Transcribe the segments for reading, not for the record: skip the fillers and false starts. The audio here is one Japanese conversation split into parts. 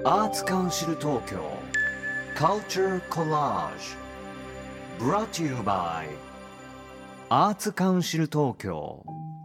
Arts Council Tokyo Culture Collage Brought to you by Arts Council Tokyo。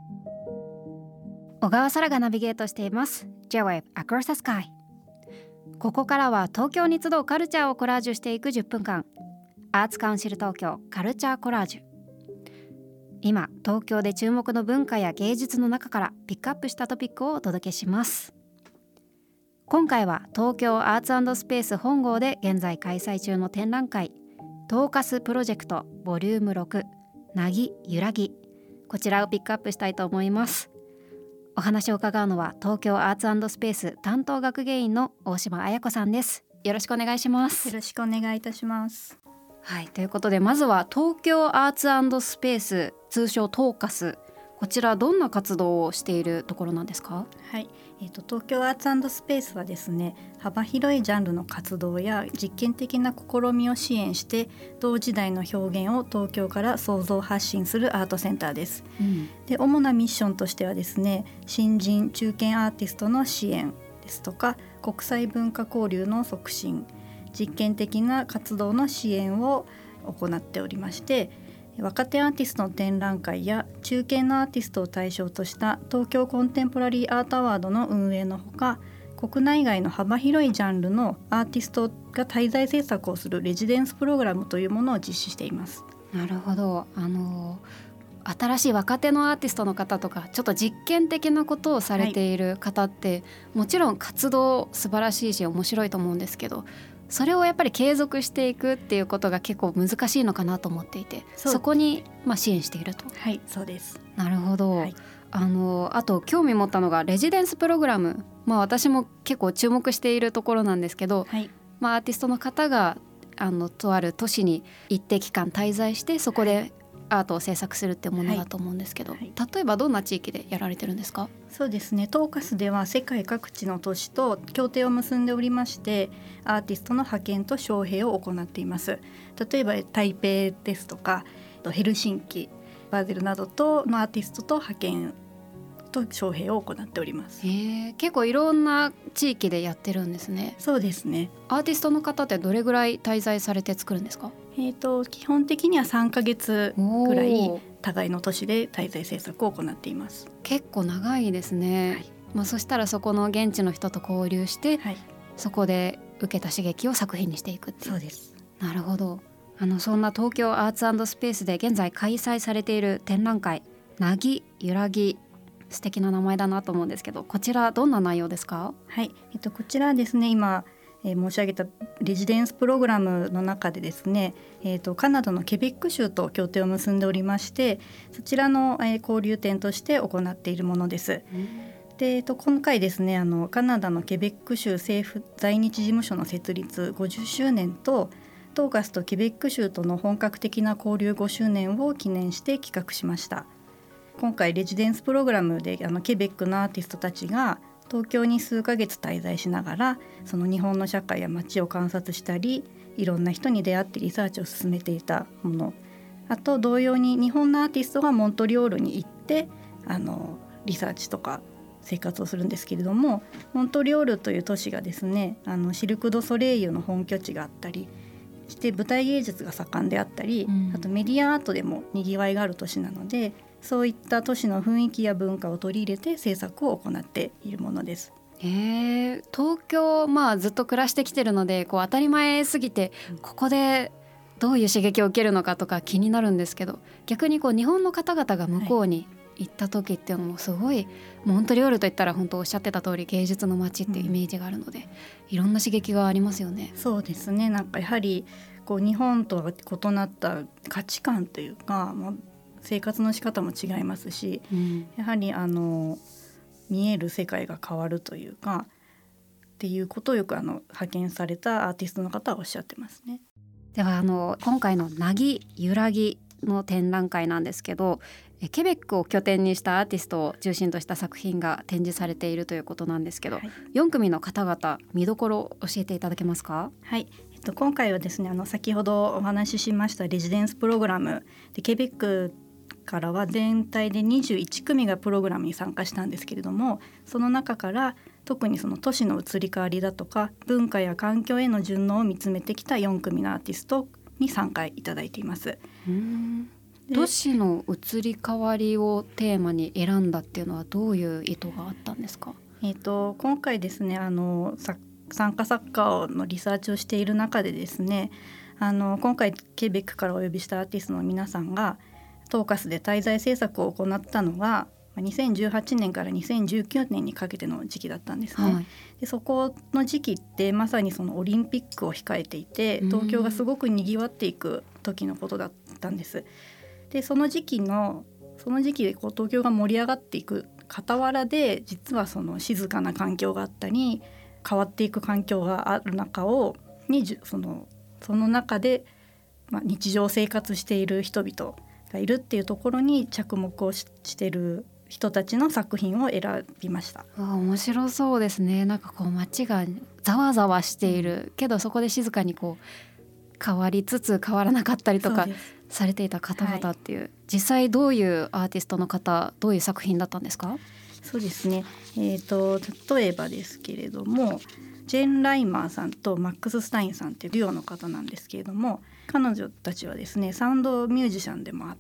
小川沙羅がナビゲートしています J-Wave Across the Sky。 ここからは東京に集うカルチャーをコラージュしていく10分間、アーツカウンシル東京カルチャーコラージュ。今東京で注目の文化や芸術の中からピックアップしたトピックをお届けします。今回は東京アーツ&スペース本郷で現在開催中の展覧会トーカスプロジェクトボリューム6なぎゆらぎ、こちらをピックアップしたいと思います。お話を伺うのは東京アーツ&スペース担当学芸員の大島彩子さんです。よろしくお願いします。 よろしくお願いいたします。 はい、ということでまずは東京アーツ&スペース、通称トーカス、こちらどんな活動をしているところなんですか？ はい、東京アーツ&スペースはですね、幅広いジャンルの活動や実験的な試みを支援して同時代の表現を東京から創造発信するアートセンターです、で主なミッションとしてはですね、新人中堅アーティストの支援ですとか国際文化交流の促進、実験的な活動の支援を行っておりまして、若手アーティストの展覧会や中堅のアーティストを対象とした東京コンテンポラリーアートアワードの運営のほか、国内外の幅広いジャンルのアーティストが滞在制作をするレジデンスプログラムというものを実施しています。 なるほど。新しい若手のアーティストの方とかちょっと実験的なことをされている方って、もちろん活動素晴らしいし面白いと思うんですけど、それをやっぱり継続していくっていうことが結構難しいのかなと思っていて、そこに支援していると。 はい、そうです。 なるほど、 はい、 あと興味持ったのがレジデンスプログラム、私も結構注目しているところなんですけど、 はい、 アーティストの方がとある都市に一定期間滞在してそこでアートを制作するってものだと思うんですけど、例えばどんな地域でやられてるんですか？ そうですね、トーカスでは世界各地の都市と協定を結んでおりまして、アーティストの派遣と招聘を行っています。例えば台北ですとかヘルシンキ、バーゼルなどとのアーティストと派遣と招聘を行っております。 結構いろんな地域でやってるんですね。 そうですね。 アーティストの方ってどれぐらい滞在されて作るんですか？ 基本的には3ヶ月ぐらい互いの都市で滞在制作を行っています。 結構長いですね、そしたらそこの現地の人と交流して、そこで受けた刺激を作品にしていくっていう。 そうです。 なるほど。そんな東京アーツ&スペースで現在開催されている展覧会なぎゆらぎ、素敵な名前だなと思うんですけど、こちらどんな内容ですか？ はい、こちらはですね、今申し上げたレジデンスプログラムの中でですね、カナダのケベック州と協定を結んでおりまして、そちらの、交流展として行っているものです。で今回ですね、カナダのケベック州政府在日事務所の設立50周年とトーカスとケベック州との本格的な交流5周年を記念して企画しました。今回レジデンスプログラムでケベックのアーティストたちが東京に数ヶ月滞在しながら、その日本の社会や街を観察したり、いろんな人に出会ってリサーチを進めていたもの、あと同様に日本のアーティストがモントリオールに行ってリサーチとか生活をするんですけれども、モントリオールという都市がですね、シルク・ドゥ・ソレイユの本拠地があったりして舞台芸術が盛んであったり、あとメディアアートでもにぎわいがある都市なので、そういった都市の雰囲気や文化を取り入れて制作を行っているものです。 東京、ずっと暮らしてきてるので当たり前すぎて、ここでどういう刺激を受けるのかとか気になるんですけど、逆に日本の方々が向こうに行った時っていうのもすごい、モントリオールといったら本当おっしゃってた通り芸術の街っていうイメージがあるので、いろんな刺激がありますよね。 そうですね、なんかやはり日本とは異なった価値観というか、生活の仕方も違いますし、やはり見える世界が変わるというかっていうことをよく派遣されたアーティストの方はおっしゃってますね。 では今回のなぎゆらぎの展覧会なんですけど、ケベックを拠点にしたアーティストを中心とした作品が展示されているということなんですけど、4組の方々見どころを教えていただけますか？ はい、今回はですね、先ほどお話ししましたレジデンスプログラムで、ケベックからは全体で21組がプログラムに参加したんですけれども、その中から特にその都市の移り変わりだとか文化や環境への順応を見つめてきた4組のアーティストに参加いただいています。 都市の移り変わりをテーマに選んだっていうのはどういう意図があったんですか？ 今回ですね参加作家のリサーチをしている中でですね今回ケベックからお呼びしたアーティストの皆さんがトーカスで滞在制作を行ったのが2018年から2019年にかけての時期だったんですね、でそこの時期ってまさにそのオリンピックを控えていて東京がすごくにぎわっていく時のことだったんです。でその時期で東京が盛り上がっていく傍らで実はその静かな環境があったり変わっていく環境がある中その中で、日常生活している人々がいるっていうところに着目をしている人たちの作品を選びました。 面白そうですね。なんかこう街がざわざわしているけどそこで静かにこう変わりつつ変わらなかったりとかされていた方々っていう、実際どういうアーティストの方どういう作品だったんですか？ そうですね、例えばですけれどもジェーン・ライマーさんとマックス・スタインさんっていうデュオの方なんですけれども、彼女たちはですねサウンドミュージシャンでもあって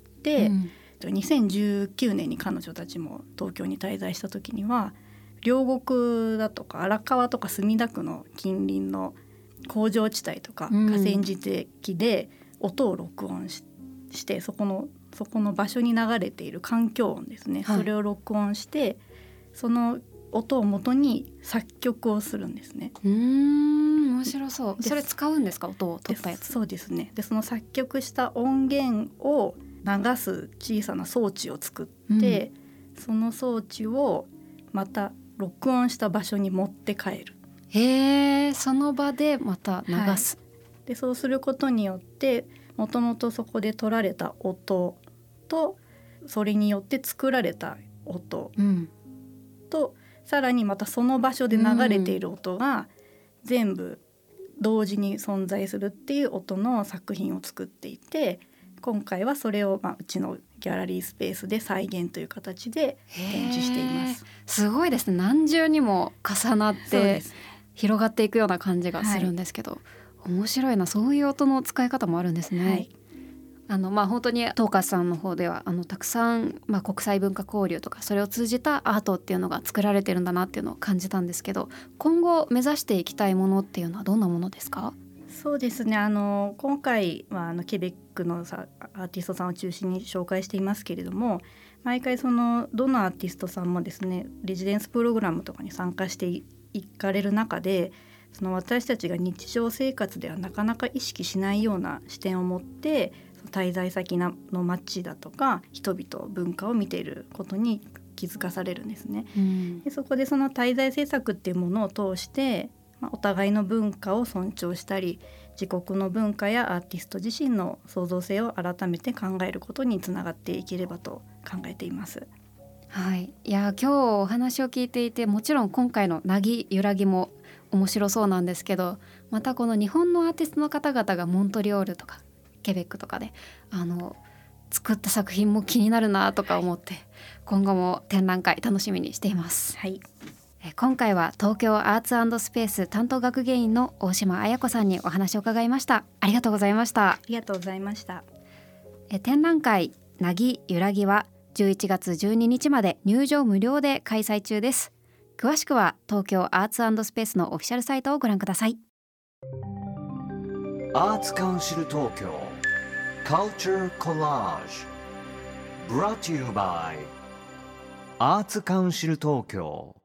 、2019年に彼女たちも東京に滞在した時には両国だとか荒川とか墨田区の近隣の工場地帯とか河川敷で音を録音してそこの場所に流れている環境音ですね、それを録音してその音を元に作曲をするんですね。 面白そう。それ使うんですか？音を取ったやつ。 そうですね。でその作曲した音源を流す小さな装置を作って、その装置をまた録音した場所に持って帰る。 その場でまた流す、 でそうすることによってもともとそこで取られた音とそれによって作られた音と、さらにまたその場所で流れている音が全部同時に存在するっていう音の作品を作っていて、今回はそれをうちのギャラリースペースで再現という形で展示しています。 すごいですね。何重にも重なって広がっていくような感じがするんですけど、面白いな。そういう音の使い方もあるんですね。本当にトーカスさんの方ではたくさん、国際文化交流とかそれを通じたアートっていうのが作られてるんだなっていうのを感じたんですけど、今後目指していきたいものっていうのはどんなものですか？ そうですね、今回はケベックのアーティストさんを中心に紹介していますけれども、毎回どのアーティストさんもですねレジデンスプログラムとかに参加していかれる中で、私たちが日常生活ではなかなか意識しないような視点を持って滞在先の街だとか人々文化を見ていることに気づかされるんですね、でそこでその滞在制作っていうものを通して、お互いの文化を尊重したり自国の文化やアーティスト自身の創造性を改めて考えることにつながっていければと考えています。 いや今日お話を聞いていて、もちろん今回のなぎ揺らぎも面白そうなんですけど、またこの日本のアーティストの方々がモントリオールとかケベックとかで作った作品も気になるなとか思って、今後も展覧会楽しみにしています。今回は東京アーツ&スペース担当学芸員の大島彩子さんにお話を伺いました。ありがとうございました。 ありがとうございました。 展覧会なぎ揺らぎは11月12日まで入場無料で開催中です。詳しくは東京アーツ&スペースのオフィシャルサイトをご覧ください。 アーツカウンシル東京 Culture Collage Brought to you by アーツカウンシル東京